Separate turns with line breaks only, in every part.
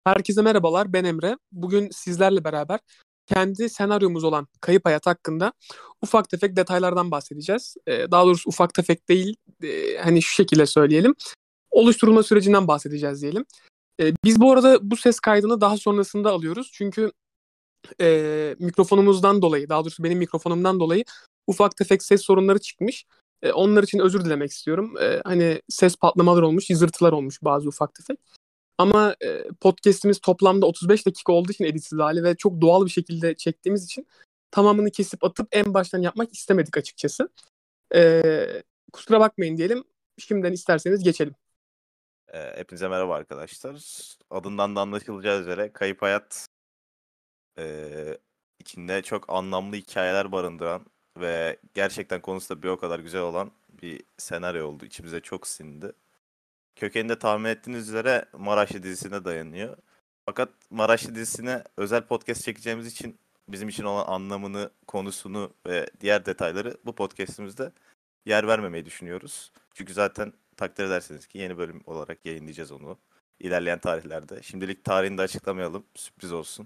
Herkese merhabalar, ben Emre. Bugün sizlerle beraber kendi senaryomuz olan Kayıp Hayat hakkında ufak tefek detaylardan bahsedeceğiz. Daha doğrusu ufak tefek değil, hani şu şekilde söyleyelim. Oluşturulma sürecinden bahsedeceğiz diyelim. Biz bu arada bu ses kaydını daha sonrasında alıyoruz. Çünkü mikrofonumuzdan dolayı, daha doğrusu benim mikrofonumdan dolayı ufak tefek ses sorunları çıkmış. Onlar için özür dilemek istiyorum. Hani ses patlamalar olmuş, cızırtılar olmuş bazı ufak tefek. Ama podcast'imiz toplamda 35 dakika olduğu için editsiz hali ve çok doğal bir şekilde çektiğimiz için tamamını kesip atıp en baştan yapmak istemedik açıkçası. Kusura bakmayın diyelim. Şimdiden isterseniz geçelim.
Hepinize merhaba arkadaşlar. Adından da anlaşılacağı üzere Kayıp Hayat içinde çok anlamlı hikayeler barındıran ve gerçekten konusu da bir o kadar güzel olan bir senaryo oldu. İçimize çok sindi. Kökeninde tahmin ettiğiniz üzere Maraşlı dizisine dayanıyor. Fakat Maraşlı dizisine özel podcast çekeceğimiz için bizim için olan anlamını, konusunu ve diğer detayları bu podcastimizde yer vermemeyi düşünüyoruz. Çünkü zaten takdir edersiniz ki yeni bölüm olarak yayınlayacağız onu ilerleyen tarihlerde. Şimdilik tarihini de açıklamayalım, sürpriz olsun.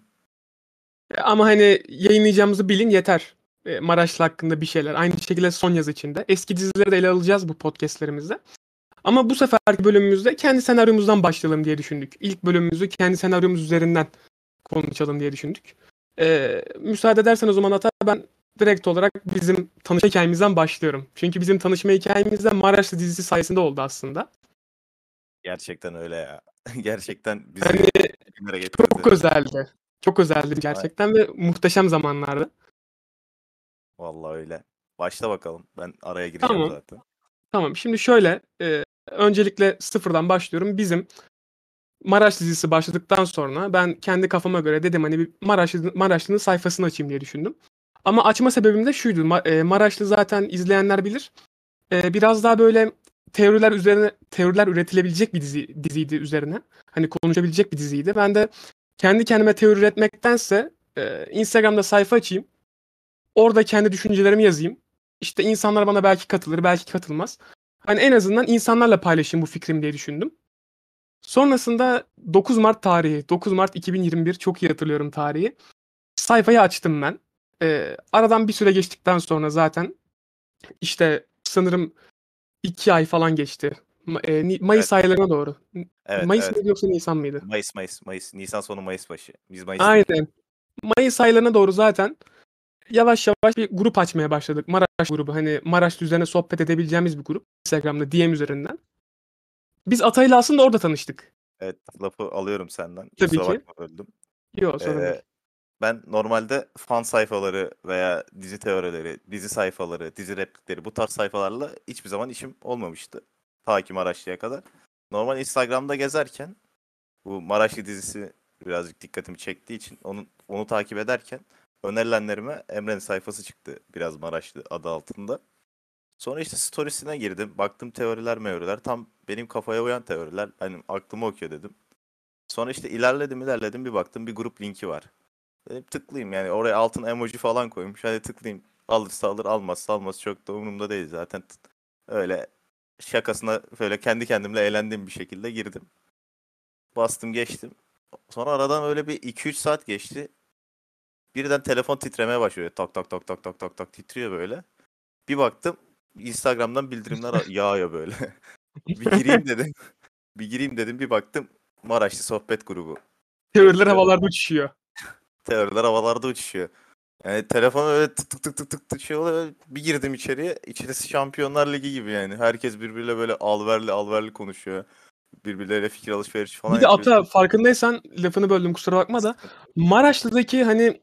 Ama hani yayınlayacağımızı bilin yeter. Maraşlı hakkında bir şeyler. Aynı şekilde son yaz içinde. Eski dizileri de ele alacağız bu podcastlerimizde. Ama bu seferki bölümümüzde kendi senaryomuzdan başlayalım diye düşündük. İlk bölümümüzü kendi senaryomuz üzerinden konuşalım diye düşündük. Müsaade edersen o zaman Ata ben direkt olarak bizim tanışma hikayemizden başlıyorum. Çünkü bizim tanışma hikayemiz de Maraşlı dizisi sayesinde oldu aslında.
Gerçekten öyle ya. Gerçekten bizi
Hani
günlere
çok
getirdi.
özeldi. Çok özeldi
Ay,
gerçekten ve muhteşem zamanlardı.
vallahi öyle. Başla bakalım. Ben araya gireceğim
Tamam,
zaten.
tamam. Şimdi şöyle, öncelikle sıfırdan başlıyorum. Bizim Maraş dizisi başladıktan sonra ben kendi kafama göre dedim hani bir Maraşlı'nın sayfasını açayım diye düşündüm. Ama açma sebebim de şuydu. Maraşlı zaten izleyenler bilir. Biraz daha böyle teoriler üretilebilecek bir diziydi üzerine. Hani konuşabilecek bir diziydi. Ben de kendi kendime teori üretmektense Instagram'da sayfa açayım. Orada kendi düşüncelerimi yazayım. İşte insanlar bana belki katılır, belki katılmaz. Hani en azından insanlarla paylaşayım bu fikrimi diye düşündüm. Sonrasında 9 Mart tarihi, 9 Mart 2021 çok iyi hatırlıyorum tarihi. Sayfayı açtım ben. Aradan bir süre geçtikten sonra zaten işte sanırım 2 ay falan geçti.
Evet,
Mayıs aylarına doğru.
evet,
Mayıs
evet.
mıydı yoksa Nisan mıydı?
Mayıs. Nisan sonu Mayıs başı. Biz Mayıs'tayız.
Aynen. Mayıs aylarına doğru zaten yavaş yavaş bir grup açmaya başladık. Maraş grubu. Hani Maraş üzerine sohbet edebileceğimiz bir grup. Instagram'da DM üzerinden. Biz Atay'la aslında orada tanıştık.
Evet, lafı alıyorum senden.
Tabii
Kusura
ki.
bakma böldüm.
Yok sorun
Ee,
değil.
Ben normalde fan sayfaları veya dizi teorileri, dizi sayfaları, dizi replikleri bu tarz sayfalarla hiçbir zaman işim olmamıştı. Ta ki Maraşlı'ya kadar. Normal Instagram'da gezerken bu Maraşlı dizisi birazcık dikkatimi çektiği için onu takip ederken önerilenlerime Emre'nin sayfası çıktı. Biraz Maraşlı adı altında. Sonra işte storiesine girdim. Baktım teoriler. Tam benim kafaya uyan teoriler. Benim aklımı okuyor dedim. Sonra işte ilerledim bir baktım bir grup linki var. Dedim tıklayayım yani oraya altın emoji falan koymuş. Hadi tıklayayım. Alırsa alır almazsa almaz çok da umurumda değil zaten. Öyle şakasına böyle kendi kendimle eğlendiğim bir şekilde girdim. Bastım geçtim. Sonra aradan öyle bir 2-3 saat geçti. Birden telefon titremeye başlıyor. Tak tak tak tak tak tak tak titriyor böyle. Bir baktım Instagram'dan bildirimler yağıyor böyle. Bir gireyim dedim. Bir gireyim dedim bir baktım Maraşlı sohbet grubu
Teoriler
yazıyor.
havalarda uçuşuyor.
Teoriler havalarda uçuşuyor. Yani telefon öyle tık tık tık tık tık tık şey oluyor. Bir girdim içeriye. İçerisi Şampiyonlar Ligi gibi yani. Herkes birbiriyle böyle alverli konuşuyor. Birbirleriyle fikir alışverişi falan
Bir de
yapıyor.
Ata farkındaysan lafını böldüm kusura bakma da Maraşlı'daki hani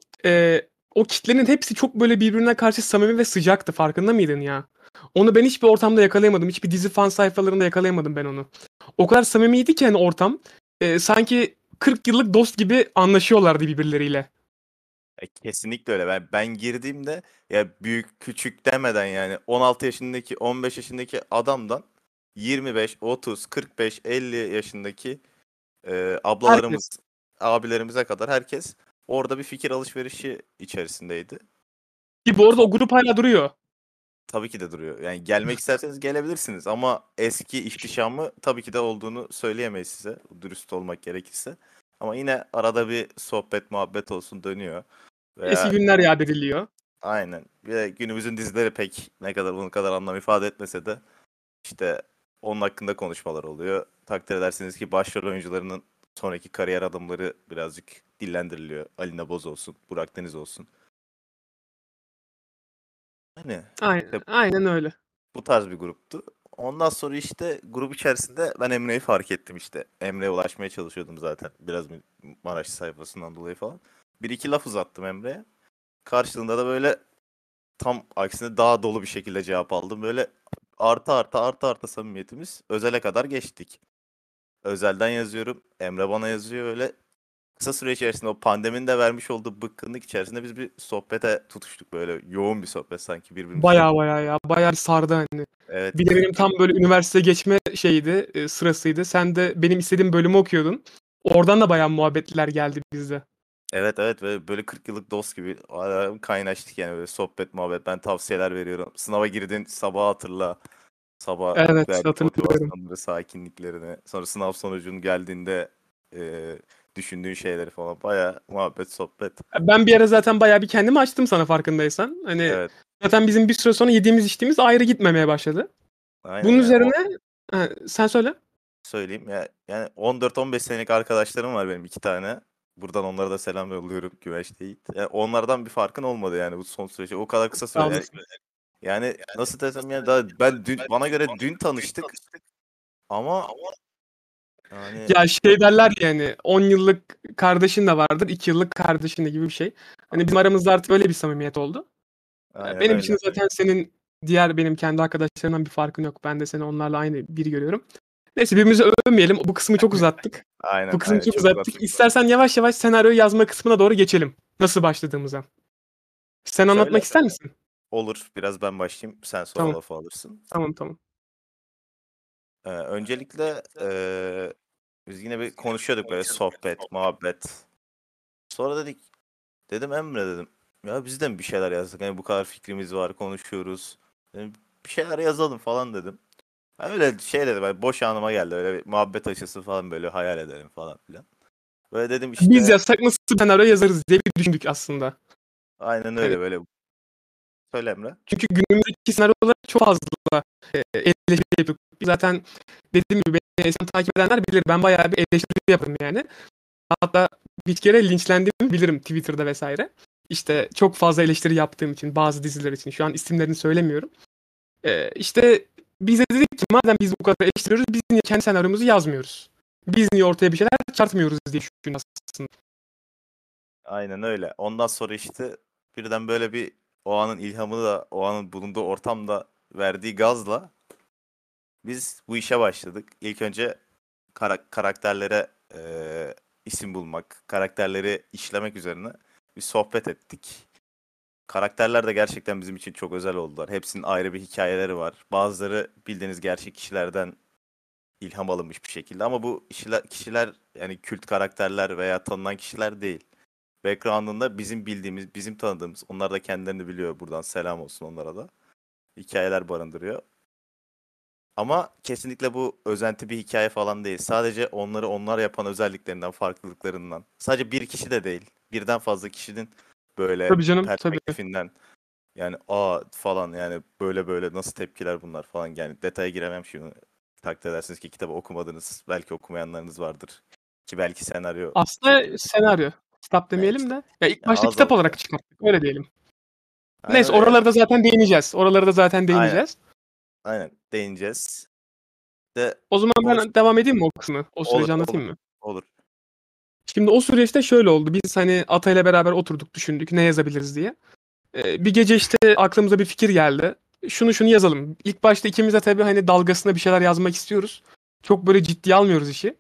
o kitlenin hepsi çok böyle birbirine karşı samimi ve sıcaktı farkında mıydın ya? Onu ben hiçbir ortamda yakalayamadım. Hiçbir dizi fan sayfalarında yakalayamadım ben onu. O kadar samimiydi ki hani ortam. Sanki 40 yıllık dost gibi anlaşıyorlardı birbirleriyle.
Kesinlikle öyle. Ben girdiğimde ya büyük küçük demeden yani 16 yaşındaki 15 yaşındaki adamdan 25, 30, 45, 50 yaşındaki ablalarımız,
Herkes.
abilerimize kadar herkes orada bir fikir alışverişi içerisindeydi.
Ki bu arada
Son,
o grup hala duruyor.
tabii ki de duruyor. Yani gelmek isterseniz gelebilirsiniz ama eski ihtişamı tabii ki de olduğunu söyleyemeyiz size. Dürüst olmak gerekirse. Ama yine arada bir sohbet muhabbet olsun dönüyor.
Eski
Veya
günler yad ediliyor.
aynen. Ve günümüzün dizileri pek ne kadar bunun kadar anlam ifade etmese de işte onun hakkında konuşmalar oluyor. Takdir edersiniz ki başrol oyuncularının sonraki kariyer adımları birazcık dillendiriliyor. Alina Boz olsun, Burak Deniz olsun. Hani
Aynen,
işte
aynen öyle.
bu tarz bir gruptu. Ondan sonra işte grup içerisinde ben Emre'yi fark ettim işte. Emre'ye ulaşmaya çalışıyordum zaten. Biraz Maraş sayfasından dolayı falan. Bir iki laf uzattım Emre'ye. Karşılığında da böyle tam aksine daha dolu bir şekilde cevap aldım. Böyle artı samimiyetimiz özele kadar geçtik. Özelden yazıyorum. Emre bana yazıyor öyle. Kısa süre içerisinde o pandeminin de vermiş olduğu bıkkınlık içerisinde biz bir sohbete tutuştuk. Böyle yoğun bir sohbet sanki birbirimizi.
Baya baya ya. Baya bir sardı hani.
Evet
Bir de benim
40
tam
yıl.
böyle üniversite geçme şeydi, sırasıydı. Sen de benim istediğim bölümü okuyordun. Oradan da bayağı muhabbetler geldi bizde.
Evet böyle 40 yıllık dost gibi kaynaştık yani böyle sohbet muhabbet. Ben tavsiyeler veriyorum. Sınava girdin sabah hatırla. Sabah
Evet,
verdiğin
hatırlıyorum.
motivasyonları, sakinliklerini. Sonra sınav sonucun geldiğinde düşündüğün şeyleri falan. Baya muhabbet, sohbet.
Ben bir ara zaten bayağı bir kendimi açtım sana farkındaysan. Hani
Evet.
zaten bizim bir süre sonra yediğimiz içtiğimiz ayrı gitmemeye başladı.
Aynen
Bunun
yani. O
üzerine sen söyle.
söyleyeyim ya. Yani 14-15 senelik arkadaşlarım var benim iki tane. Buradan onlara da selam yolluyorum Güveç değil. Yani onlardan bir farkın olmadı yani bu son süreçte. O kadar kısa
Sağ
süre. Yani,
olasın.
yani nasıl desem yani daha ben dün bana göre dün tanıştık ama yani
Ya şey derler ya hani 10 yıllık kardeşin de vardır, 2 yıllık kardeşin de gibi bir şey. Hani bizim aramızda artık öyle bir samimiyet oldu.
aynen
Benim için
öyle.
zaten senin diğer benim kendi arkadaşlarımdan bir farkın yok. Ben de seni onlarla aynı biri görüyorum. Neyse birbirimizi övmeyelim. Bu kısmı çok uzattık. Bu kısmı
Aynen
çok
çok
uzattık.
uzattık.
İstersen yavaş yavaş senaryo yazma kısmına doğru geçelim. Nasıl başladığımıza. Sen
Şöyle
anlatmak ister misin?
olur biraz ben başlayayım sen sonra
Tamam.
lafı alırsın.
Tamam tamam.
Öncelikle biz yine bir konuşuyorduk böyle sohbet, muhabbet. Sonra dedim Emre dedim. Ya biz de mi bir şeyler yazdık? Hani bu kadar fikrimiz var, konuşuyoruz. Dedim, bir şeyler yazalım falan dedim. Ben öyle şey dedim, böyle boş anıma geldi. Öyle bir muhabbet açısı falan böyle hayal edelim falan filan. Böyle dedim
Biz
işte
yazsak nasıl bir senaryo yazarız diye bir düşündük aslında.
aynen
Hani
öyle böyle. Söyle Emre.
çünkü günümüzdeki senaryolar çok fazla eleştiri yapıyoruz. Zaten dediğim gibi beni eskiden takip edenler bilir. Ben bayağı bir eleştiri yaparım yani. Hatta bir kere linçlendiğimi bilirim Twitter'da vesaire. İşte çok fazla eleştiri yaptığım için bazı diziler için. Şu an isimlerini söylemiyorum. İşte biz de dedik ki madem biz bu kadar eleştiriyoruz biz niye kendi senaryomuzu yazmıyoruz? Biz niye ortaya bir şeyler çıkartmıyoruz diye düşündüm aslında.
Aynen öyle. Ondan sonra işte birden böyle bir o anın ilhamını da o anın bulunduğu ortamda verdiği gazla biz bu işe başladık. İlk önce karakterlere isim bulmak, karakterleri işlemek üzerine bir sohbet ettik. Karakterler de gerçekten bizim için çok özel oldular. Hepsinin ayrı bir hikayeleri var. Bazıları bildiğiniz gerçek kişilerden ilham alınmış bir şekilde ama bu kişiler yani kült karakterler veya tanınan kişiler değil. Background'ında bizim bildiğimiz, bizim tanıdığımız, onlar da kendilerini biliyor. Buradan selam olsun onlara da. Hikayeler barındırıyor. Ama kesinlikle bu özenti bir hikaye falan değil. Sadece onları onlar yapan özelliklerinden, farklılıklarından. Sadece bir kişi de değil. Birden fazla kişinin böyle
Tabii canım tabii.
perspektifinden yani falan yani böyle nasıl tepkiler bunlar falan yani detaya giremem şimdi. Takdir edersiniz ki kitabı okumadınız. Belki okumayanlarınız vardır. Ki belki senaryo
Aslında senaryo. Kitap
yani,
demeyelim de. Ya ilk
yani
başta
ağız
kitap
alışkanlığı.
olarak çıkarttık. Öyle diyelim.
Aynen
Neyse
öyle yani.
oralarda zaten değineceğiz. Oralarda zaten
Aynen.
değineceğiz.
Aynen değineceğiz. De
O zaman
o
ben devam edeyim mi o kısmı? O
olur
süreci
olur
anlatayım mı?
olur.
Şimdi o süreçte şöyle oldu. Biz hani Ata ile beraber oturduk, düşündük ne yazabiliriz diye. Bir gece işte aklımıza bir fikir geldi. Şunu yazalım. İlk başta ikimiz de tabii hani dalgasına bir şeyler yazmak istiyoruz. Çok böyle ciddiye almıyoruz işi.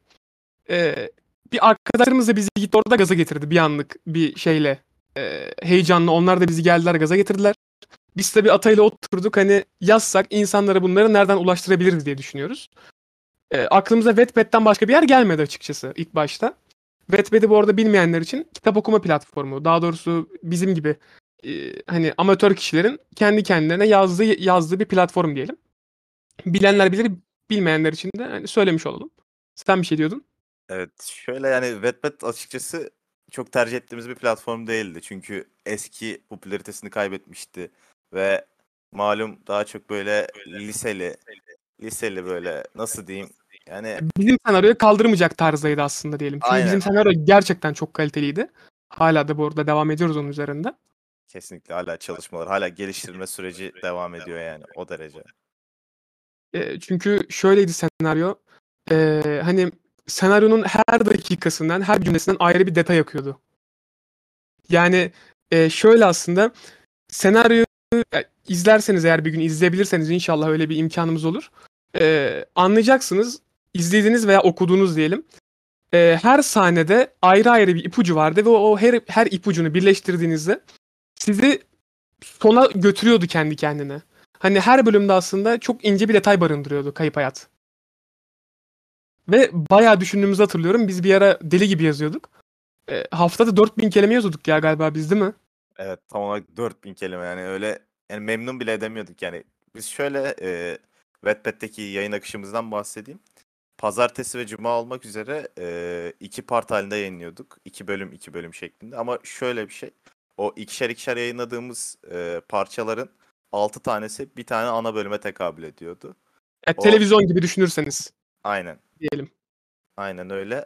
Bir arkadaşlarımız da bizi gitti orada gaza getirdi bir anlık bir şeyle. Heyecanla onlar da bizi geldiler gaza getirdiler. Biz tabii Ata ile oturduk hani yazsak insanlara bunları nereden ulaştırabiliriz diye düşünüyoruz. Aklımıza Wattpad'den başka bir yer gelmedi açıkçası ilk başta. Wattpad'i bu arada bilmeyenler için kitap okuma platformu. Daha doğrusu bizim gibi hani amatör kişilerin kendi kendilerine yazdığı bir platform diyelim. Bilenler bilir, bilmeyenler için de hani söylemiş olalım. Sen bir şey diyordun.
Evet, şöyle yani Wattpad açıkçası çok tercih ettiğimiz bir platform değildi. Çünkü eski popülaritesini kaybetmişti ve malum daha çok böyle liseli böyle nasıl diyeyim? Yani
Bizim senaryoyu kaldırmayacak tarzdaydı aslında diyelim. Çünkü bizim
aynen,
senaryo gerçekten çok kaliteliydi. Hala da bu arada devam ediyoruz onun üzerinde.
kesinlikle hala çalışmalar, hala geliştirme süreci devam ediyor yani o derece.
Çünkü şöyleydi senaryo. Hani senaryonun her dakikasından, her cümlesinden ayrı bir detay akıyordu. Yani şöyle aslında senaryoyu izlerseniz eğer bir gün izleyebilirseniz inşallah öyle bir imkanımız olur. Anlayacaksınız. İzlediğiniz veya okuduğunuz diyelim. Her sahnede ayrı ayrı bir ipucu vardı ve o her ipucunu birleştirdiğinizde sizi sona götürüyordu kendi kendine. Hani her bölümde aslında çok ince bir detay barındırıyordu Kayıp Hayat. Ve bayağı düşündüğümüzü hatırlıyorum. Biz bir ara deli gibi yazıyorduk. Haftada 4.000 kelime yazıyorduk ya galiba biz, değil mi?
Evet, tam olarak 4000 kelime yani öyle yani memnun bile edemiyorduk yani. Biz şöyle Wattpad'deki yayın akışımızdan bahsedeyim. Pazartesi ve cuma olmak üzere iki part halinde yayınlıyorduk. İki bölüm iki bölüm şeklinde. Ama şöyle bir şey. O ikişer ikişer yayınladığımız parçaların 6 tanesi bir tane ana bölüme tekabül ediyordu. O
Televizyon gibi düşünürseniz
aynen.
diyelim.
Aynen öyle.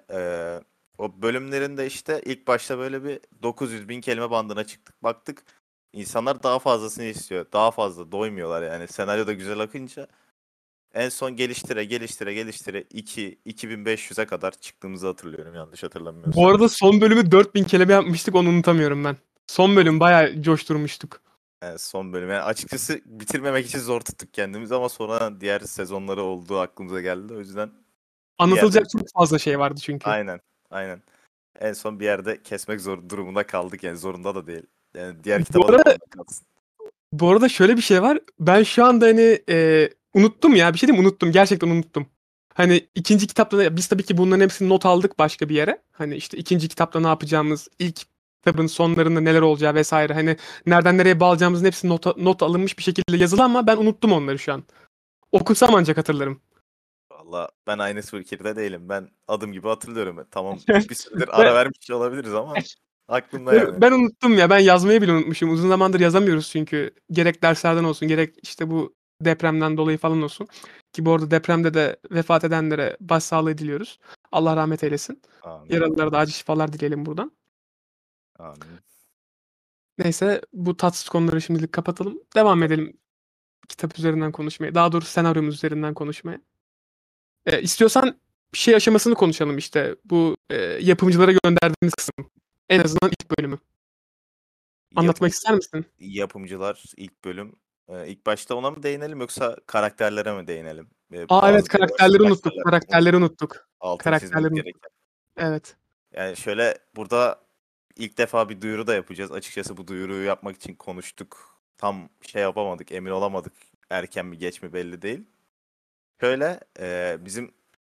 O bölümlerinde işte ilk başta böyle bir 900 bin kelime bandına çıktık. Baktık insanlar daha fazlasını istiyor. Daha fazla doymuyorlar yani. Senaryo da güzel akınca. En son geliştire 2500'e kadar çıktığımızı hatırlıyorum yanlış
Bu
hatırlamıyorsam.
arada son bölümü 4.000 kelime yapmıştık, onu unutamıyorum ben. Son bölüm bayağı coşturmuştuk.
Yani son bölüm. Yani açıkçası bitirmemek için zor tuttuk kendimizi ama sonra diğer sezonları olduğu aklımıza geldi. O yüzden bir yerde
Anlatılacak çok fazla şey vardı çünkü.
aynen aynen. En son bir yerde kesmek zor durumunda kaldık yani zorunda da değil. Yani diğer
Bu
kitaba da
arada,
puanla kalsın.
bu arada şöyle bir şey var. Ben şu anda hani unuttum ya. Bir şey diyeyim mi? Unuttum. Gerçekten unuttum. Hani ikinci kitapta da biz tabii ki bunların hepsini not aldık başka bir yere. Hani işte ikinci kitapta ne yapacağımız, ilk kitabın sonlarında neler olacağı vesaire. Hani nereden nereye bağlayacağımızın hepsi not alınmış bir şekilde yazılı ama ben unuttum onları şu an. Okusam ancak hatırlarım.
Valla ben aynı fikirde değilim. Ben adım gibi hatırlıyorum. Tamam bir süredir ara
Ve
vermiş olabiliriz ama aklımda yani.
ben unuttum ya. Ben yazmayı bile unutmuşum. Uzun zamandır yazamıyoruz çünkü. Gerek derslerden olsun, gerek işte bu depremden dolayı falan olsun. Ki bu arada depremde de vefat edenlere başsağlığı diliyoruz. Allah rahmet eylesin.
Amin.
Yaralılara da acil şifalar dileyelim buradan.
Amin.
Neyse, bu tatsız konuları şimdilik kapatalım. Devam edelim kitap üzerinden konuşmaya. Daha doğrusu senaryomuz üzerinden konuşmaya. İstiyorsan bir şey aşamasını konuşalım işte. Bu yapımcılara gönderdiğimiz kısım. En azından ilk bölümü. Anlatmak
Yapımcı,
ister misin?
yapımcılar ilk bölüm. İlk başta ona mı değinelim yoksa karakterlere mi değinelim?
Aa, evet,
Bazı belli başlı
karakterleri unuttuk.
başlarla
Karakterleri
unuttuk.
unuttuk.
Altını çizmemiz
Karakterleri unuttuk.
gereken.
Evet.
Yani şöyle burada ilk defa bir duyuru da yapacağız. Açıkçası bu duyuruyu yapmak için konuştuk. Tam şey yapamadık, emin olamadık. Erken mi geç mi belli değil. Şöyle bizim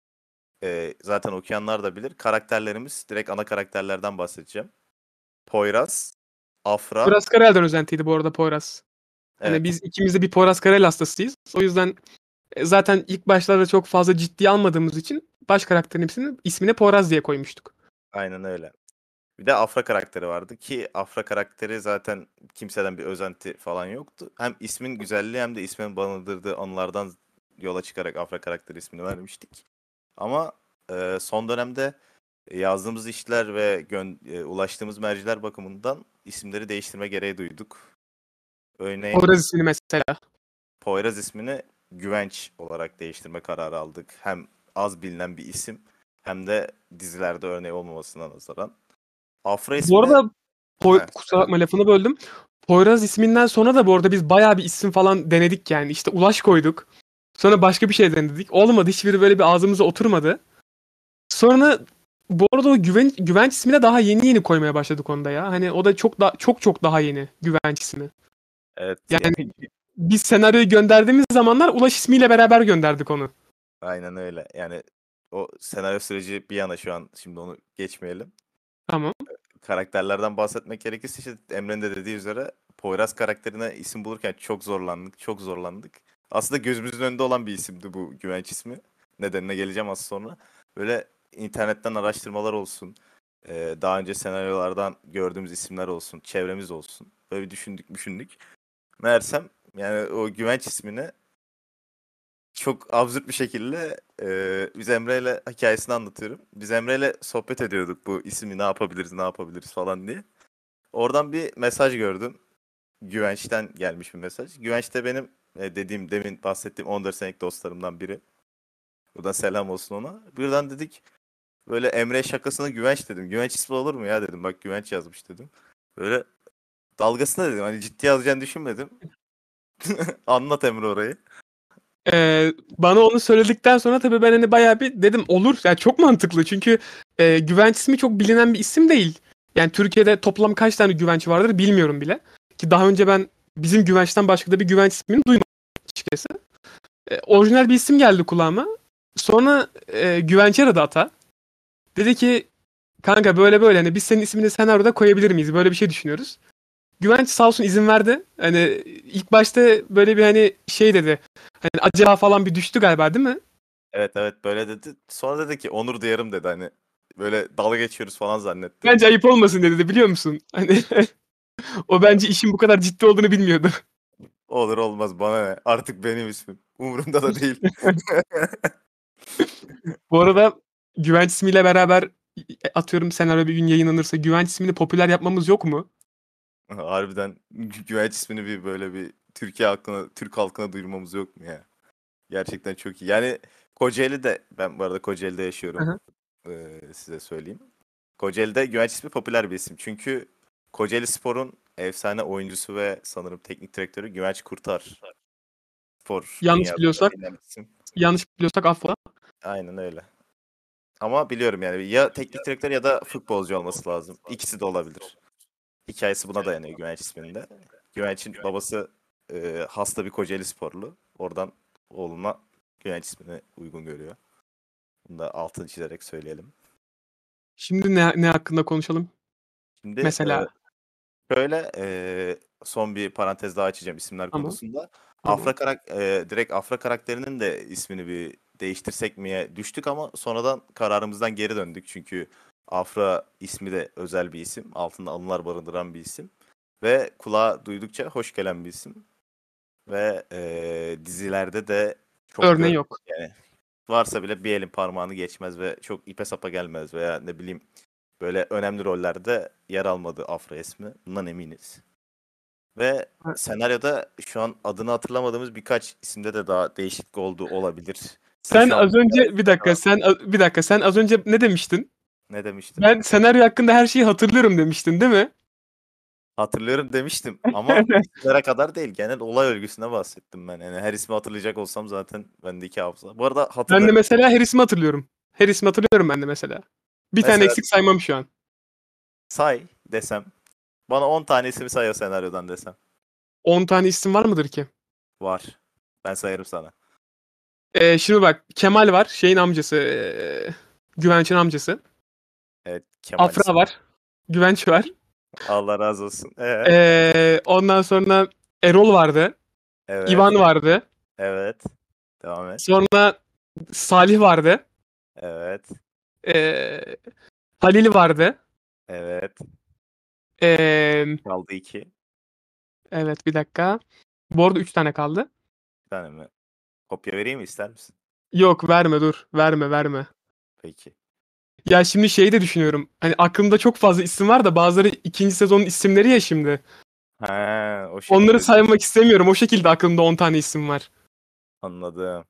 zaten okuyanlar da bilir. Karakterlerimiz direkt ana karakterlerden bahsedeceğim. Poyraz, Afra,
Poyraz Karayel'den özentiydi bu arada Poyraz. Hani
evet
biz ikimiz de bir Poyraz Karayel hastasıyız. O yüzden zaten ilk başlarda çok fazla ciddiye almadığımız için baş karakterin ismini Poyraz diye koymuştuk.
aynen öyle. Bir de Afra karakteri vardı ki Afra karakteri zaten kimseden bir özenti falan yoktu. Hem ismin güzelliği hem de ismin barındırdığı anılardan yola çıkarak Afra karakteri ismini vermiştik. Ama son dönemde yazdığımız işler ve ulaştığımız merciler bakımından isimleri değiştirme gereği duyduk. Örneğin
Poyraz ismini mesela.
Poyraz ismini Güvenç olarak değiştirme kararı aldık. Hem az bilinen bir isim hem de dizilerde örneği olmamasına nazaran. Afra
Bu
ismini
arada kusura
söyle.
bakma, lafını böldüm. Poyraz isminden sonra da bu arada biz bayağı bir isim falan denedik yani. İşte Ulaş koyduk. Sonra başka bir şey denedik. Olmadı. Hiçbiri böyle bir ağzımıza oturmadı. Sonra bu arada o Güvenç ismine daha yeni yeni koymaya başladık onda ya. Hani o da çok daha yeni Güvenç ismi.
Evet
Yani
yani
biz senaryoyu gönderdiğimiz zamanlar Ulaş ismiyle beraber gönderdik onu.
aynen öyle. Yani o senaryo süreci bir yana şu an şimdi onu geçmeyelim.
Tamam.
Karakterlerden bahsetmek gerekirse işte Emre'nin de dediği üzere Poyraz karakterine isim bulurken çok zorlandık, çok zorlandık. Aslında gözümüzün önünde olan bir isimdi bu Güvenç ismi. Nedenine geleceğim az sonra. Böyle internetten araştırmalar olsun. Daha önce senaryolardan gördüğümüz isimler olsun. Çevremiz olsun. Böyle bir düşündük. Meğersem yani o Güvenç ismini çok absürt bir şekilde biz Emre'yle hikayesini anlatıyorum. Biz Emre'yle sohbet ediyorduk bu ismi ne yapabiliriz falan diye. Oradan bir mesaj gördüm. Güvenç'ten gelmiş bir mesaj. Güvenç de benim demin bahsettiğim 14 senelik dostlarımdan biri. Buradan selam olsun ona. Birden dedik böyle Emre şakasına Güvenç dedim. Güvenç ismi olur mu ya dedim. Bak Güvenç yazmış dedim. Böyle dalgasına dedim. Hani ciddi yazacağını düşünmedim. Anlat Emre orayı.
Bana onu söyledikten sonra tabii ben hani bayağı bir dedim olur. Yani çok mantıklı çünkü Güvenç ismi çok bilinen bir isim değil. Yani Türkiye'de toplam kaç tane Güvenç vardır bilmiyorum bile. Ki daha önce ben bizim Güvenç'ten başka da bir Güvenç ismini duymadım açıkçası. Orijinal bir isim geldi kulağıma. Sonra Güvenç aradı Ata. Dedi ki kanka böyle böyle hani biz senin ismini senaryoda koyabilir miyiz? Böyle bir şey düşünüyoruz. Güvenç sağ olsun izin verdi. Hani ilk başta böyle bir hani şey dedi. Hani acaba falan bir düştü galiba değil mi?
Evet böyle dedi. Sonra dedi ki onur duyarım dedi hani. Böyle dalga geçiyoruz falan zannetti.
Bence ayıp olmasın dedi biliyor musun? Hani o bence işin bu kadar ciddi olduğunu bilmiyordu.
Olur olmaz bana ne. Artık benim ismim. Umurumda da değil.
Bu arada Güvenç ismiyle beraber atıyorum senaryo bir gün yayınlanırsa Güvenç ismini popüler yapmamız yok mu?
Harbiden Güvenç ismini bir böyle bir Türk halkına duyurmamız yok mu ya? Gerçekten çok iyi. Yani Kocaeli'de, ben bu arada Kocaeli'de yaşıyorum.
Aha.
Size söyleyeyim. Kocaeli'de Güvenç ismi popüler bir isim. Çünkü Kocaeli Spor'un efsane oyuncusu ve sanırım teknik direktörü Güvenç Kurtar. Spor
Yanlış
dünyasında
biliyorsak,
bilinen isim.
affola.
Aynen öyle. Ama biliyorum yani ya teknik direktör ya da futbolcu olması lazım. İkisi de olabilir. Hikayesi buna dayanıyor Güvenç isminde. Güvenç'in babası hasta bir Kocaeli sporlu. Oradan oğluna Güvenç ismini uygun görüyor. Bunu da altını çizerek söyleyelim.
Şimdi ne hakkında konuşalım?
Şimdi
Mesela.
şöyle son bir parantez daha açacağım isimler
Tamam.
konusunda.
Tamam.
Direkt Afra karakterinin de ismini bir değiştirsek miye düştük ama sonradan kararımızdan geri döndük. Çünkü Afra ismi de özel bir isim. Altında anılar barındıran bir isim. Ve kulağa duydukça hoş gelen bir isim. Ve dizilerde de çok
Örneği yok.
yani varsa bile bir elin parmağını geçmez ve çok ipe sapa gelmez veya ne bileyim böyle önemli rollerde yer almadı Afra ismi. Bundan eminiz. Ve
Ha,
senaryoda şu an adını hatırlamadığımız birkaç isimde de daha değişiklik olduğu olabilir. Ki
Sen
şu an
az önce bir dakika sen az önce ne demiştin?
ne demiştim?
Ben senaryo hakkında her şeyi hatırlıyorum demiştin değil mi?
Hatırlıyorum demiştim ama isimlere kadar değil. Genel olay örgüsüne bahsettim ben. Yani her ismi hatırlayacak olsam zaten bendeki hafıza. Bu arada
Ben de
hatırlarım.
mesela her ismi hatırlıyorum. Her ismi hatırlıyorum ben de mesela. Bir tane
Mesela
eksik saymam şu an.
say desem. Bana 10 tane ismi say o senaryodan desem.
10 tane isim var mıdır ki?
Var. Ben sayarım sana.
Şimdi bak Kemal var. Şeyin amcası. Güvenç'in amcası.
Evet, Kemal
Afra
ismi.
var. Güvenç var.
Allah razı olsun.
Ondan sonra Erol vardı.
Evet.
İvan vardı.
Evet. Devam et.
Sonra Salih vardı.
Evet.
Ee, Halil vardı.
Evet.
Ee,
Kaldı 2.
evet bir dakika. Bu arada 3 tane kaldı.
Bir tane mi? Kopya vereyim mi ister misin?
Yok verme dur. Verme.
Peki.
Ya şimdi şeyi de düşünüyorum. Hani aklımda çok fazla isim var da bazıları ikinci sezonun isimleri ya şimdi.
Ha, o
Onları
şekilde
saymak
diyorsun.
istemiyorum. O şekilde aklımda 10 tane isim var.
Anladım.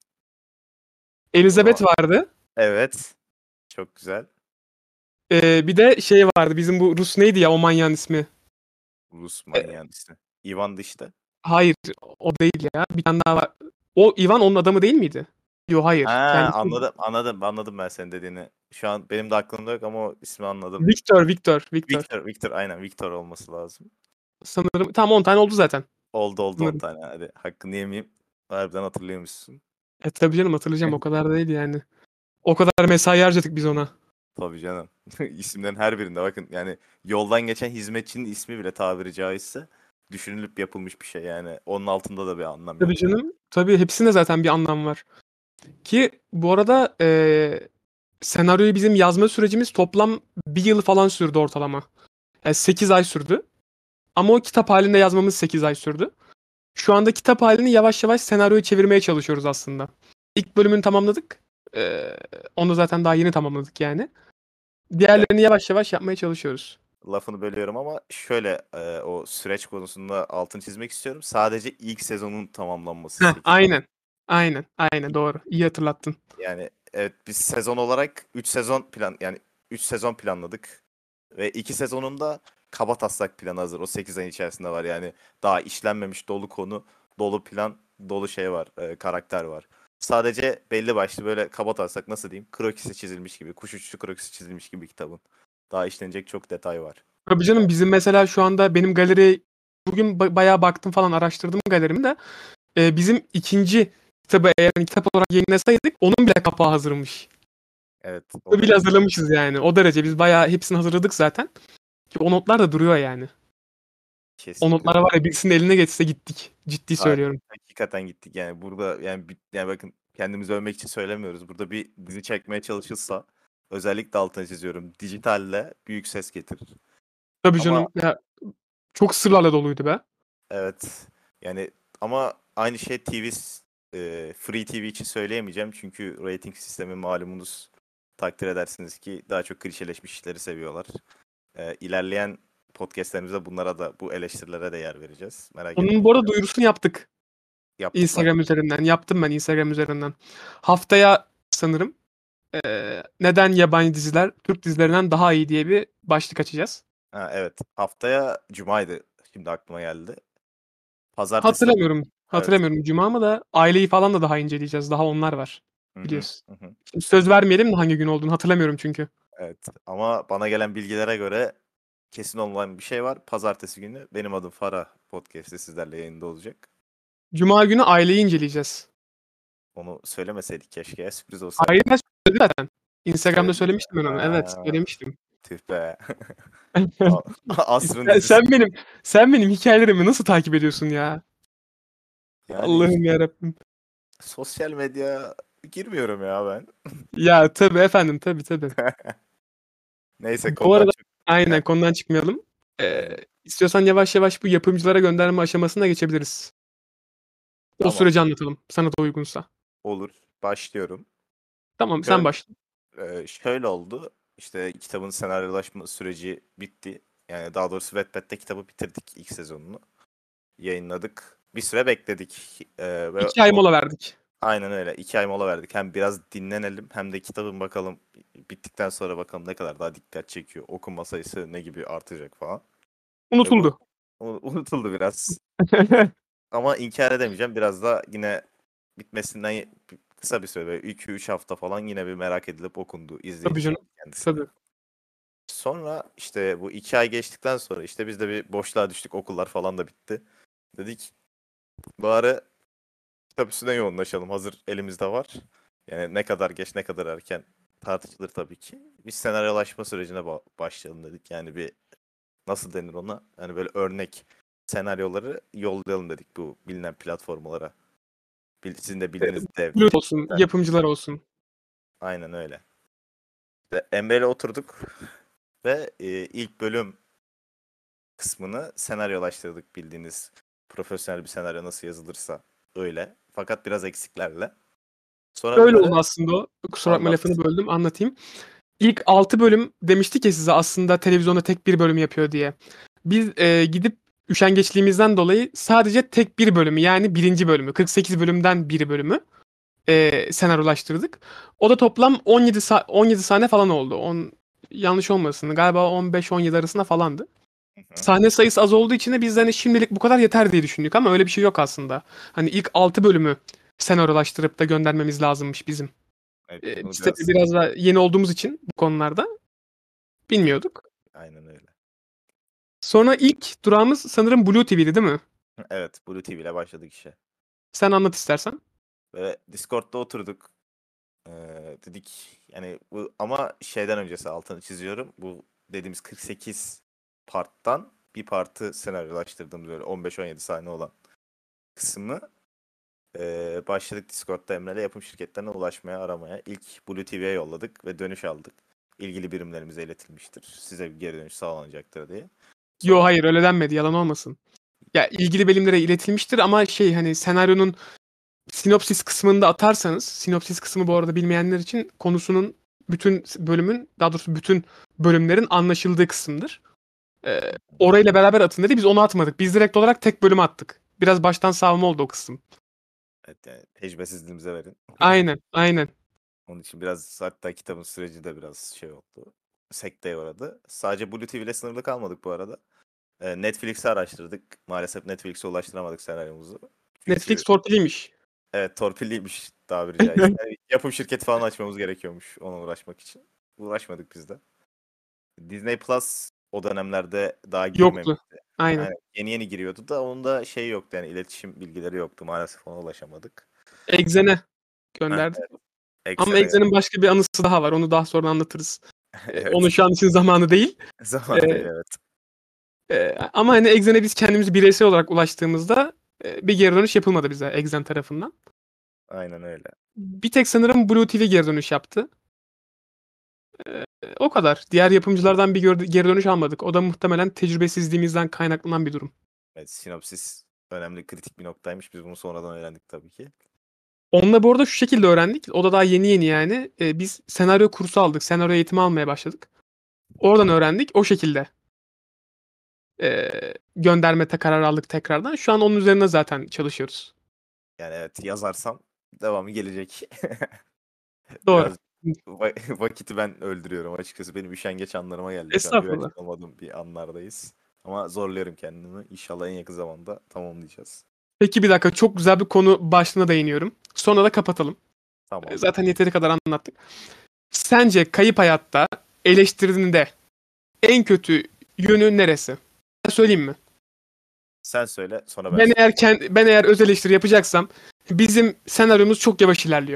O
Elizabeth
zaman
vardı.
evet. Çok güzel.
Bir de şey vardı. Bizim bu Rus neydi ya o manyağın ismi?
Rus
Ee,
manyağın ismi. Ivan işte.
hayır o değil ya. Bir tane daha var. O Ivan onun adamı değil miydi? Yok
Ha,
hayır. Kendisi.
anladım ben senin dediğini. Şu an benim de aklımda yok ama o ismi anladım.
Victor.
Victor aynen Victor olması lazım.
Sanırım tam 10 tane oldu zaten.
Oldu 10
Sanırım.
tane hadi. Hakkını yemeyeyim. Harbiden hatırlıyormuşsun.
Tabii canım hatırlayacağım o kadar da değil yani. O kadar mesai harcadık biz ona.
Tabii canım. İsimlerin her birinde bakın yani yoldan geçen hizmetçinin ismi bile tabiri caizse düşünülüp yapılmış bir şey yani. Onun altında da bir anlam
Tabii
yatıyor.
canım. Tabii hepsinde zaten bir anlam var. Ki bu arada senaryoyu bizim yazma sürecimiz toplam 1 yıl falan sürdü ortalama. Yani 8 ay sürdü. Ama o kitap halinde yazmamız 8 ay sürdü. Şu anda kitap halini yavaş yavaş senaryoya çevirmeye çalışıyoruz aslında. İlk bölümünü tamamladık. Ee, Onu zaten daha yeni tamamladık yani.
Ya,
Diğerlerini yavaş yavaş yapmaya çalışıyoruz.
lafını bölüyorum ama şöyle o süreç konusunda altını çizmek istiyorum. Sadece ilk sezonun tamamlanması
Heh,
8 ay.
aynen. Aynen. Aynen doğru. İyi hatırlattın.
Yani evet, biz sezon olarak 3 sezon planladık ve 2 sezonunda kabataslak planı hazır. O 8 ayın içerisinde var. Yani daha işlenmemiş dolu konu, dolu plan, dolu şey var, karakter var. Sadece belli başlı böyle kabataslak, nasıl diyeyim, krokisi çizilmiş gibi, kuş uçuşu krokisi çizilmiş gibi kitabın. Daha işlenecek çok detay var.
Tabii canım bizim mesela şu anda benim galeri bugün bayağı baktım falan araştırdım galerimi de. Bizim ikinci kitabı eğer kitap olarak yayınlasaydık onun bile kapağı hazırmış.
Evet, o
Onu bile
derece.
hazırlamışız yani. O derece biz bayağı hepsini hazırladık zaten. Ki o notlar da duruyor yani. O
Kesinlikle.
notlara var ya birisinin eline geçse gittik. Ciddi
Ha-
söylüyorum.
Hakikaten gittik yani burada, yani yani bakın, kendimizi övmek için söylemiyoruz. Burada bir dizi çekmeye çalışılsa, özellikle altını çiziyorum, dijitalle büyük ses getirir.
Tabii
Ama
canım ya çok sırlarla doluydu be.
evet, yani ama aynı şey Free TV için söyleyemeyeceğim çünkü rating sistemi malumunuz, takdir edersiniz ki daha çok klişeleşmiş işleri seviyorlar. İlerleyen podcastlerimizde bunlara da, bu eleştirilere de yer vereceğiz. Merak
Onun
etmeyin.
bu arada duyurusunu yaptık.
Yaptık mı?
Instagram üzerinden. Yaptım ben Instagram üzerinden. Haftaya sanırım neden yabancı diziler Türk dizilerinden daha iyi diye bir başlık açacağız.
Ha, evet. Haftaya Cuma'ydı. Şimdi aklıma geldi. Pazartesi de
Hatırlamıyorum.
evet.
Hatırlamıyorum Cuma mı da aileyi falan da daha inceleyeceğiz. Daha onlar var.
Hı hı,
Biliyorsun.
hı hı.
Şimdi söz vermeyelim de hangi gün olduğunu hatırlamıyorum çünkü.
Evet. Ama bana gelen bilgilere göre kesin olan bir şey var. Pazartesi günü benim adım Farah podcast'te sizlerle yayında olacak.
Cuma günü aileyi inceleyeceğiz.
Onu söylemeseydik keşke. Sürpriz olsaydı.
Aileler söyledi zaten. Instagram'da
Söyledin mi?
söylemiştim ben onu. Evet,
Ha,
söylemiştim.
tüh be. Asrın
Sen
dizisi.
benim hikayelerimi nasıl takip ediyorsun ya?
Yani
Allah'ım yarabbim.
sosyal medya girmiyorum ya ben.
Ya tabii efendim tabii.
Neyse,
Bu
konudan
arada
çok.
aynen
Heh,
konudan çıkmayalım.
aynen.
İstiyorsan yavaş yavaş bu yapımcılara gönderme aşamasına geçebiliriz. O
Tamam.
süreci anlatalım. Sana da uygunsa.
Olur. Başlıyorum.
Tamam sen
Şöyle,
başla.
şöyle oldu. İşte kitabın senaryolaşma süreci bitti. Yani daha doğrusu Wattpad'de kitabı bitirdik, ilk sezonunu. Yayınladık. Bir süre bekledik. Ve
2 ay mola verdik.
aynen öyle. 2 ay mola verdik. Hem biraz dinlenelim hem de kitabın bakalım, bittikten sonra bakalım ne kadar daha dikkat çekiyor. Okunma sayısı ne gibi artacak falan. Ve bu
Unutuldu.
unutuldu biraz. Ama inkar edemeyeceğim. Biraz da yine bitmesinden kısa bir süre, 2-3 hafta falan, yine bir merak edilip okundu
Tabii
izleyici
canım.
kendisine.
Tabii.
Sonra işte bu 2 ay geçtikten sonra işte biz de bir boşluğa düştük. Okullar falan da bitti. Dedik bari kitap üstüne yoğunlaşalım. Hazır elimizde var. Yani ne kadar geç ne kadar erken tartışılır tabii ki. Biz senaryolaşma sürecine başlayalım dedik. Yani bir, nasıl denir ona? Yani böyle örnek senaryoları yollayalım dedik bu bilinen platformlara. Sizin de bildiğiniz dev.
Pilot olsun, yapımcılar olsun.
Aynen öyle. İşte Emre ile oturduk ve ilk bölüm kısmını senaryolaştırdık, bildiğiniz profesyonel bir senaryo nasıl yazılırsa öyle. Fakat biraz eksiklerle. Sonra
Şöyle
bunları
oldu aslında o. Kusura bakma
anlat.
lafını böldüm. Anlatayım. İlk 6 bölüm demiştik ya size aslında televizyonda tek bir bölüm yapıyor diye. Biz gidip üşengeçliğimizden dolayı sadece tek bir bölümü yani birinci bölümü 48 bölümden bir bölümü senaryolaştırdık. O da toplam 17 sahne falan oldu. Yanlış olmasın galiba 15-17 arasında falandı.
Hı hı.
Sahne sayısı az olduğu için de biz de hani şimdilik bu kadar yeter diye düşündük ama öyle bir şey yok aslında. Hani ilk 6 bölümü senaryolaştırıp da göndermemiz lazımmış bizim.
Evet, bunu
Biz de
biraz
biraz da yeni olduğumuz için bu konularda
yeni.
bilmiyorduk.
Aynen öyle.
Sonra ilk durağımız sanırım Blue TV'di değil mi?
Evet, Blue TV ile başladık işe.
Sen anlat istersen.
Ve Discord'da oturduk. Dedik yani bu, ama şeyden öncesi altını çiziyorum. Bu dediğimiz 48 parttan bir partı senaryolaştırdığımız, böyle 15-17 sahne olan kısmı Başladık Discord'da Emre'yle yapım şirketlerine ulaşmaya, aramaya. İlk Blue TV'ye yolladık ve dönüş aldık. İlgili birimlerimize iletilmiştir. Size bir geri dönüş sağlanacaktır diye.
Yo,
Sonra
hayır, öyle denmedi, yalan olmasın. Ya ilgili bölümlere iletilmiştir ama hani senaryonun sinopsis kısmında atarsanız, sinopsis kısmı bu arada bilmeyenler için konusunun bütün bölümün, daha doğrusu bütün bölümlerin anlaşıldığı kısımdır. Orayla beraber atın dedi, biz onu atmadık. Biz direkt olarak tek bölümü attık. Biraz baştan savma oldu o kısım.
evet, yani tecrübesizliğimize verin.
Aynen, aynen.
Onun için biraz hatta kitabın süreci de biraz şey oldu. Sekteye uğradı. Sadece Blue TV ile sınırlı kalmadık bu arada. Netflix'i araştırdık. Maalesef Netflix'e ulaştıramadık senaryomuzu.
Netflix
Çünkü
torpiliymiş.
evet, torpilliymiş tabiri caizse. Yani yapım şirketi falan açmamız gerekiyormuş ona uğraşmak için. Uğraşmadık biz de. Disney Plus o dönemlerde daha
Yoktu.
girmemişti.
Aynen.
Yani yeni yeni giriyordu da onun da şey yoktu, yani iletişim bilgileri yoktu. Maalesef ona ulaşamadık.
Exen'e
Heh,
gönderdik.
evet.
Ama
Exen'e
Exen'in başka bir anısı daha var. Onu daha sonra anlatırız. Onun
evet.
şu an için zamanı değil.
Zaman değil, evet.
Ama hani Exen'e biz kendimiz bireysel olarak ulaştığımızda bir geri dönüş yapılmadı bize Exen tarafından.
Aynen öyle.
Bir tek sanırım Blue TV geri dönüş yaptı. O kadar. Diğer yapımcılardan bir geri dönüş almadık. O da muhtemelen tecrübesizliğimizden kaynaklanan bir durum.
Evet, sinopsis önemli, kritik bir noktaymış. Biz bunu sonradan öğrendik tabii ki.
Onunla bu arada şu şekilde öğrendik. O da daha yeni yeni yani. Biz senaryo kursu aldık. Senaryo eğitimi almaya başladık. Oradan öğrendik. O şekilde göndermete karar aldık tekrardan. Şu an onun üzerine zaten çalışıyoruz.
Yani evet, yazarsam devamı gelecek.
Doğru.
Biraz vakiti ben öldürüyorum açıkçası. Benim üşengeç anlarıma geldi. Şu an
Estağfurullah.
güvenlik olmadığım bir anlardayız. Ama zorluyorum kendimi. İnşallah en yakın zamanda tamamlayacağız.
Peki bir dakika, çok güzel bir konu başlığına değiniyorum. Sonra da kapatalım.
Tamam.
Zaten yeteri kadar anlattık. Sence Kayıp Hayat'ta eleştirdiğinde en kötü yönü neresi? Ben söyleyeyim mi?
Sen söyle, sonra ben
Ben
söyleyeyim.
eğer ben eğer öz eleştiri yapacaksam bizim senaryomuz çok yavaş ilerliyor.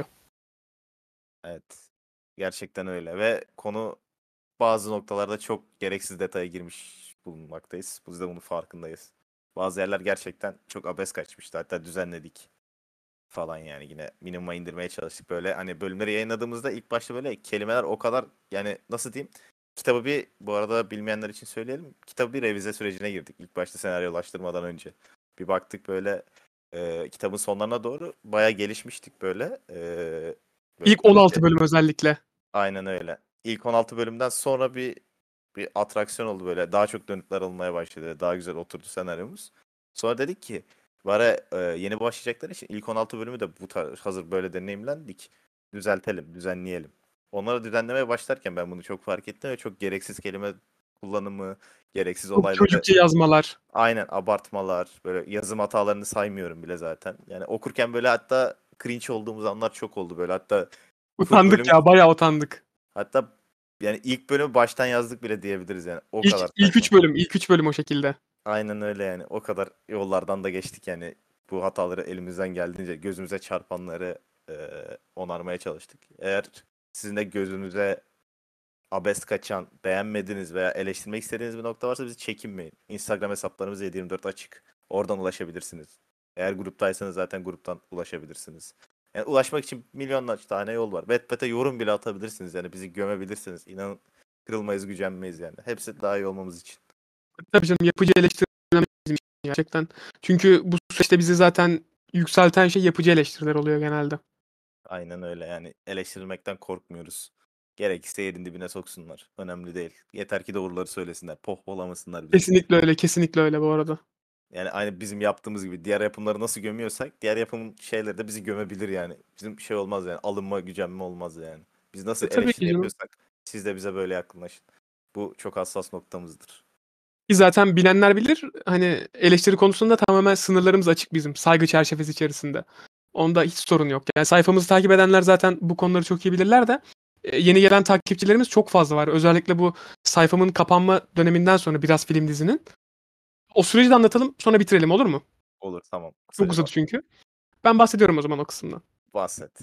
Evet. Gerçekten öyle ve konu bazı noktalarda çok gereksiz detaya girmiş bulunmaktayız. Biz de bunun farkındayız. Bazı yerler gerçekten çok abes kaçmıştı. Hatta düzenledik falan, yani yine minimuma indirmeye çalıştık. Böyle hani bölümleri yayınladığımızda ilk başta böyle kelimeler o kadar, yani nasıl diyeyim, kitabı bir, bu arada bilmeyenler için söyleyelim, kitabı bir revize sürecine girdik ilk başta senaryolaştırmadan önce. Bir baktık böyle kitabın sonlarına doğru bayağı gelişmiştik böyle. Böyle
İlk 16 bölüm özellikle.
aynen öyle. İlk 16 bölümden sonra bir atraksiyon oldu böyle. Daha çok dönütler alınmaya başladı. Daha güzel oturdu senaryomuz. Sonra dedik ki bari yeni başlayacaklar için ilk 16 bölümü de bu tarz hazır böyle deneyimlendik. Düzeltelim, düzenleyelim. Onları düzenlemeye başlarken ben bunu çok fark ettim ve çok gereksiz kelime kullanımı, gereksiz
Çok
olayları,
çocukça yazmalar.
aynen abartmalar, böyle yazım hatalarını saymıyorum bile zaten. Yani okurken böyle hatta cringe olduğumuz anlar çok oldu böyle. Hatta full
Utandık
bölüm,
ya, bayağı utandık.
hatta yani ilk bölümü baştan yazdık bile diyebiliriz yani. O
İlk,
kadar
ilk
saçma.
3 bölüm, ilk 3 bölüm o şekilde.
Aynen öyle yani. O kadar yollardan da geçtik yani. Bu hataları elimizden geldiğince gözümüze çarpanları onarmaya çalıştık. Eğer sizin de gözünüze abes kaçan, beğenmediğiniz veya eleştirmek istediğiniz bir nokta varsa bizi çekinmeyin. Instagram hesaplarımız 7/24 açık. Oradan ulaşabilirsiniz. Eğer gruptaysanız zaten gruptan ulaşabilirsiniz. Yani ulaşmak için milyonlarca tane yol var. Wattpad'e yorum bile atabilirsiniz. Yani bizi gömebilirsiniz. İnanın, kırılmayız, gücenmeyiz yani. Hepsi daha iyi olmamız için.
Tabii canım, yapıcı eleştiri bizim için gerçekten. Çünkü bu süreçte bizi zaten yükselten şey yapıcı eleştiriler oluyor genelde.
Aynen öyle yani, eleştirilmekten korkmuyoruz. Gerekirse yerin dibine soksunlar. Önemli değil. Yeter ki doğruları söylesinler. Pohpohlamasınlar bizi.
Kesinlikle öyle, kesinlikle öyle bu arada.
Yani aynı bizim yaptığımız gibi diğer yapımları nasıl gömüyorsak diğer yapımın şeyleri de bizi gömebilir yani. Bizim şey olmaz yani, alınma gücenme olmaz yani. Biz nasıl
Tabii
eleştiri
ki canım.
yapıyorsak siz de bize böyle yakınlaşın. Bu çok hassas noktamızdır.
Ki zaten bilenler bilir, hani eleştiri konusunda tamamen sınırlarımız açık bizim. Saygı çerçevesi içerisinde. Onda hiç sorun yok. Yani sayfamızı takip edenler zaten bu konuları çok iyi bilirler de yeni gelen takipçilerimiz çok fazla var. Özellikle bu sayfamın kapanma döneminden sonra biraz film dizinin. O süreci de anlatalım, sonra bitirelim, olur mu?
Olur, tamam.
Çok
Kısaca
uzadı çünkü. Ben bahsediyorum o zaman o kısımdan.
bahset.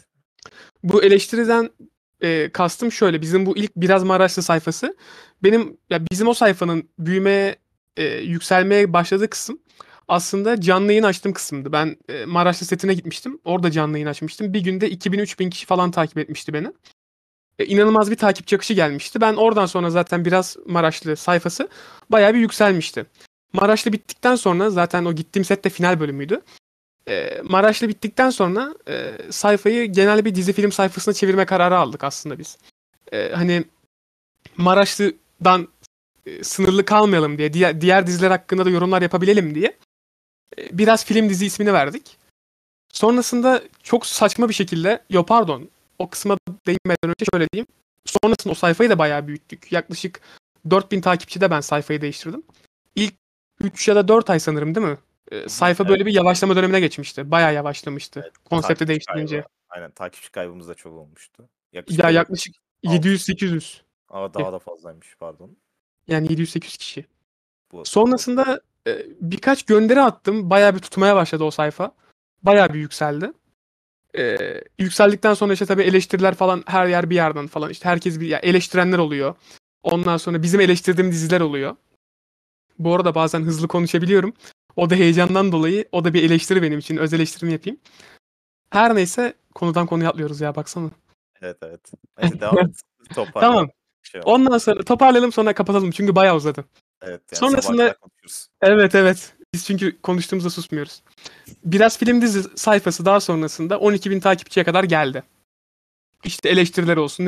Bu eleştiriden kastım şöyle. Bizim bu ilk Biraz Maraşlı sayfası. Bizim o sayfanın büyümeye, yükselmeye başladığı kısım aslında canlı yayın açtığım kısımdı. Ben Maraşlı setine gitmiştim. Orada canlı yayın açmıştım. Bir günde 2000-3000 kişi falan takip etmişti beni. İnanılmaz bir takipçi akışı gelmişti. Ben oradan sonra zaten biraz Maraşlı sayfası bayağı bir yükselmişti. Maraşlı bittikten sonra zaten o gittiğim set de final bölümüydü. Maraşlı bittikten sonra sayfayı genel bir dizi film sayfasına çevirme kararı aldık aslında biz. Hani Maraşlı'dan sınırlı kalmayalım diye, diğer diziler hakkında da yorumlar yapabilelim diye biraz film dizi ismini verdik. Sonrasında çok saçma bir şekilde, pardon, o kısma değinmeden önce şöyle diyeyim. Sonrasında o sayfayı da bayağı büyüttük. Yaklaşık 4000 takipçide ben sayfayı değiştirdim. İlk 3 ya da 4 ay sanırım, değil mi? Sayfa böyle bir yavaşlama dönemine geçmişti. Bayağı yavaşlamıştı.
Evet,
Konsepti
takipçi
değiştirince.
kaybı. Aynen, takipçi kaybımız da çok olmuştu.
Ya
Böyle
yaklaşık 700-800.
Ama daha da fazlaymış, pardon.
Yani 700-800 kişi.
Bu
Sonrasında birkaç gönderi attım. Bayağı bir tutmaya başladı o sayfa. Bayağı bir yükseldi. Yükseldikten sonra işte tabii eleştiriler falan, her yer bir yerden falan, işte herkes ya eleştirenler oluyor. Ondan sonra bizim eleştirdiğimiz diziler oluyor. Bu arada bazen hızlı konuşabiliyorum. O da heyecandan dolayı, o da bir eleştiri benim için. Öz eleştirimi yapayım. Her neyse, konudan konuya atlıyoruz ya, baksana.
evet. Neyse, devam et.
Tamam.
Toparlayalım. Olmaz.
Ondan sonra toparlayalım, sonra kapatalım çünkü bayağı uzadı.
Evet, yani sabaha
Sonrasında
kadar konuşuruz.
evet. Biz çünkü konuştuğumuzda susmuyoruz. Biraz film dizi sayfası daha sonrasında 12.000 takipçiye kadar geldi. İşte eleştiriler olsun,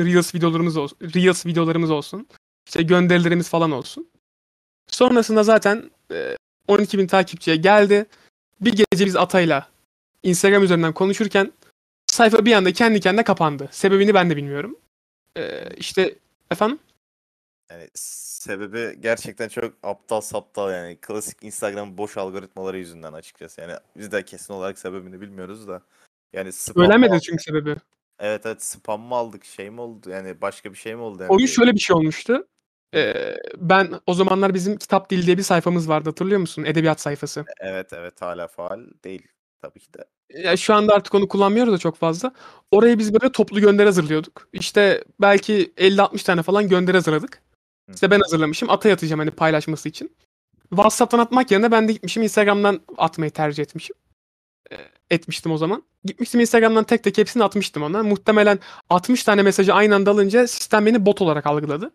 Reels videolarımız olsun, işte gönderilerimiz falan olsun. Sonrasında zaten 12.000 takipçiye geldi. Bir gece biz Atay'la Instagram üzerinden konuşurken sayfa bir anda kendi kendine kapandı. Sebebini ben de bilmiyorum. İşte efendim?
Yani sebebi gerçekten çok aptal saptal, yani klasik Instagram boş algoritmaları yüzünden açıkçası. Yani biz de kesin olarak sebebini bilmiyoruz da. Yani spam mı
Söylenmedi
aldık?
çünkü sebebi.
Evet, spam mı aldık, şey mi oldu, yani başka bir şey mi oldu,
O
yani
gün
bir
şöyle bir şey olmuştu.
Hı.
Ben o zamanlar bizim Kitap Dil diye bir sayfamız vardı, hatırlıyor musun? Edebiyat sayfası.
Evet, hala faal değil tabii ki de.
Ya şu anda artık onu kullanmıyoruz da çok fazla. Oraya biz böyle toplu gönderi hazırlıyorduk. İşte belki 50-60 tane falan gönderi hazırladık.
Hı
İşte ben hazırlamışım. Atay atacağım hani paylaşması için. WhatsApp'tan atmak yerine ben de gitmişim Instagram'dan atmayı tercih etmişim. Etmiştim o zaman. Gitmiştim Instagram'dan tek tek hepsini atmıştım ona. Muhtemelen 60 tane mesajı aynı anda alınca sistem beni bot olarak algıladı.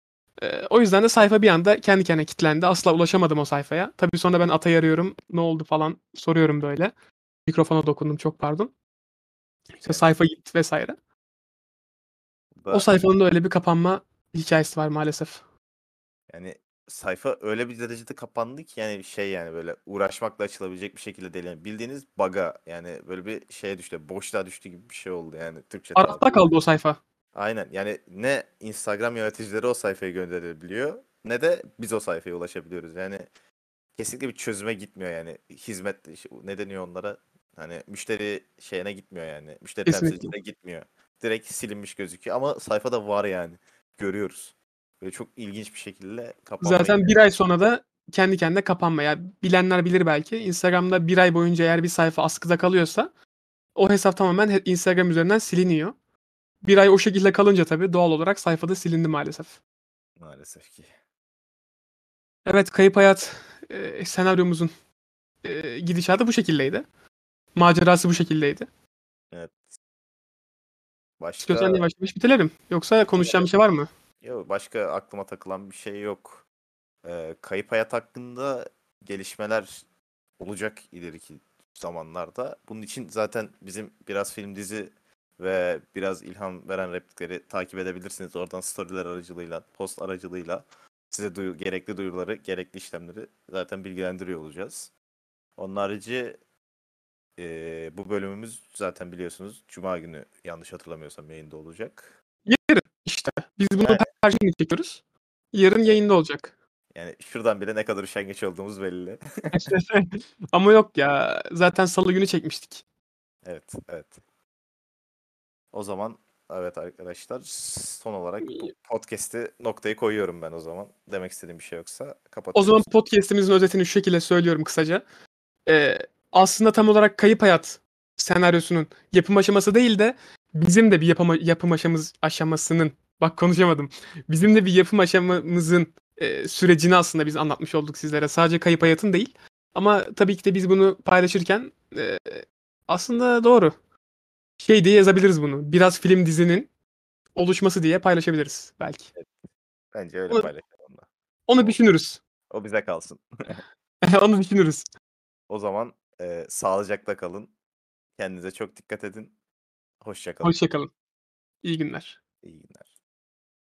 O yüzden de sayfa bir anda kendi kendine kilitlendi. Asla ulaşamadım o sayfaya. Tabii sonra ben Atay'ı arıyorum. Ne oldu falan soruyorum böyle. Mikrofona dokundum, çok pardon. İşte
Yani
sayfa gitti vesaire.
bu
O
da
sayfanın da öyle bir kapanma hikayesi var maalesef.
Yani sayfa öyle bir derecede kapandı ki, yani şey, yani böyle uğraşmakla açılabilecek bir şekilde değil. Yani bildiğiniz bug'a, yani böyle bir şeye düştü, boşluğa düştü gibi bir şey oldu yani, Türkçe
Arafta
tabiri.
kaldı o sayfa.
Aynen, yani ne Instagram yöneticileri o sayfayı gönderebiliyor, ne de biz o sayfaya ulaşabiliyoruz. Yani kesinlikle bir çözüme gitmiyor, yani hizmet ne deniyor onlara, hani müşteri şeyine gitmiyor, yani müşteri
Kesinlikle.
temsilcisine gitmiyor. Direkt silinmiş gözüküyor ama sayfada var, yani görüyoruz. Böyle çok ilginç bir şekilde kapanma
Zaten bir
hikayesi.
ay sonra da kendi kendine kapanma. Ya bilenler bilir belki. Instagram'da bir ay boyunca eğer bir sayfa askıda kalıyorsa o hesap tamamen Instagram üzerinden siliniyor. Bir ay o şekilde kalınca tabii doğal olarak sayfada silindi maalesef.
Maalesef ki.
Evet, Kayıp Hayat senaryomuzun gidişatı bu şekildeydi. Macerası bu şekildeydi.
Evet.
İstiyorsan
Başka
yavaş yavaş bitirelim. Yoksa konuşacağım bir şey var mı?
yok, başka aklıma takılan bir şey yok. Kayıp hayat hakkında gelişmeler olacak ileriki zamanlarda. Bunun için zaten bizim biraz film dizi ve biraz ilham veren replikleri takip edebilirsiniz. Oradan storyler aracılığıyla, post aracılığıyla size gerekli duyuruları, gerekli işlemleri zaten bilgilendiriyor olacağız. Onun harici bu bölümümüz zaten biliyorsunuz Cuma günü, yanlış hatırlamıyorsam, yayında olacak.
Yarın işte. Biz bunu
Yani,
Perşembe çekiyoruz. Yarın yayında olacak.
yani şuradan bile ne kadar üşengeç olduğumuz belli.
Ama yok ya. Zaten Salı günü çekmiştik.
Evet. O zaman evet arkadaşlar, son olarak bu podcast'i noktayı koyuyorum ben o zaman. Demek istediğim bir şey yoksa
O zaman
kapatıyoruz.
podcast'imizin özetini şu şekilde söylüyorum kısaca. Ee, Aslında tam olarak Kayıp Hayat senaryosunun yapım aşaması değil de bizim de bir yapım aşamasının, bak konuşamadım. Bizim de bir yapım aşamamızın sürecini aslında biz anlatmış olduk sizlere. Sadece Kayıp Hayat'ın değil. Ama tabii ki de biz bunu paylaşırken aslında doğru. Şey diye yazabiliriz bunu. Biraz film dizinin oluşması diye paylaşabiliriz belki.
Bence öyle
Onu,
paylaşalım da.
onu düşünürüz.
O bize kalsın.
Onu düşünürüz.
O zaman sağlıcakla kalın. Kendinize çok dikkat edin. Hoşça kalın.
Hoşça kalın. İyi günler.
İyi günler.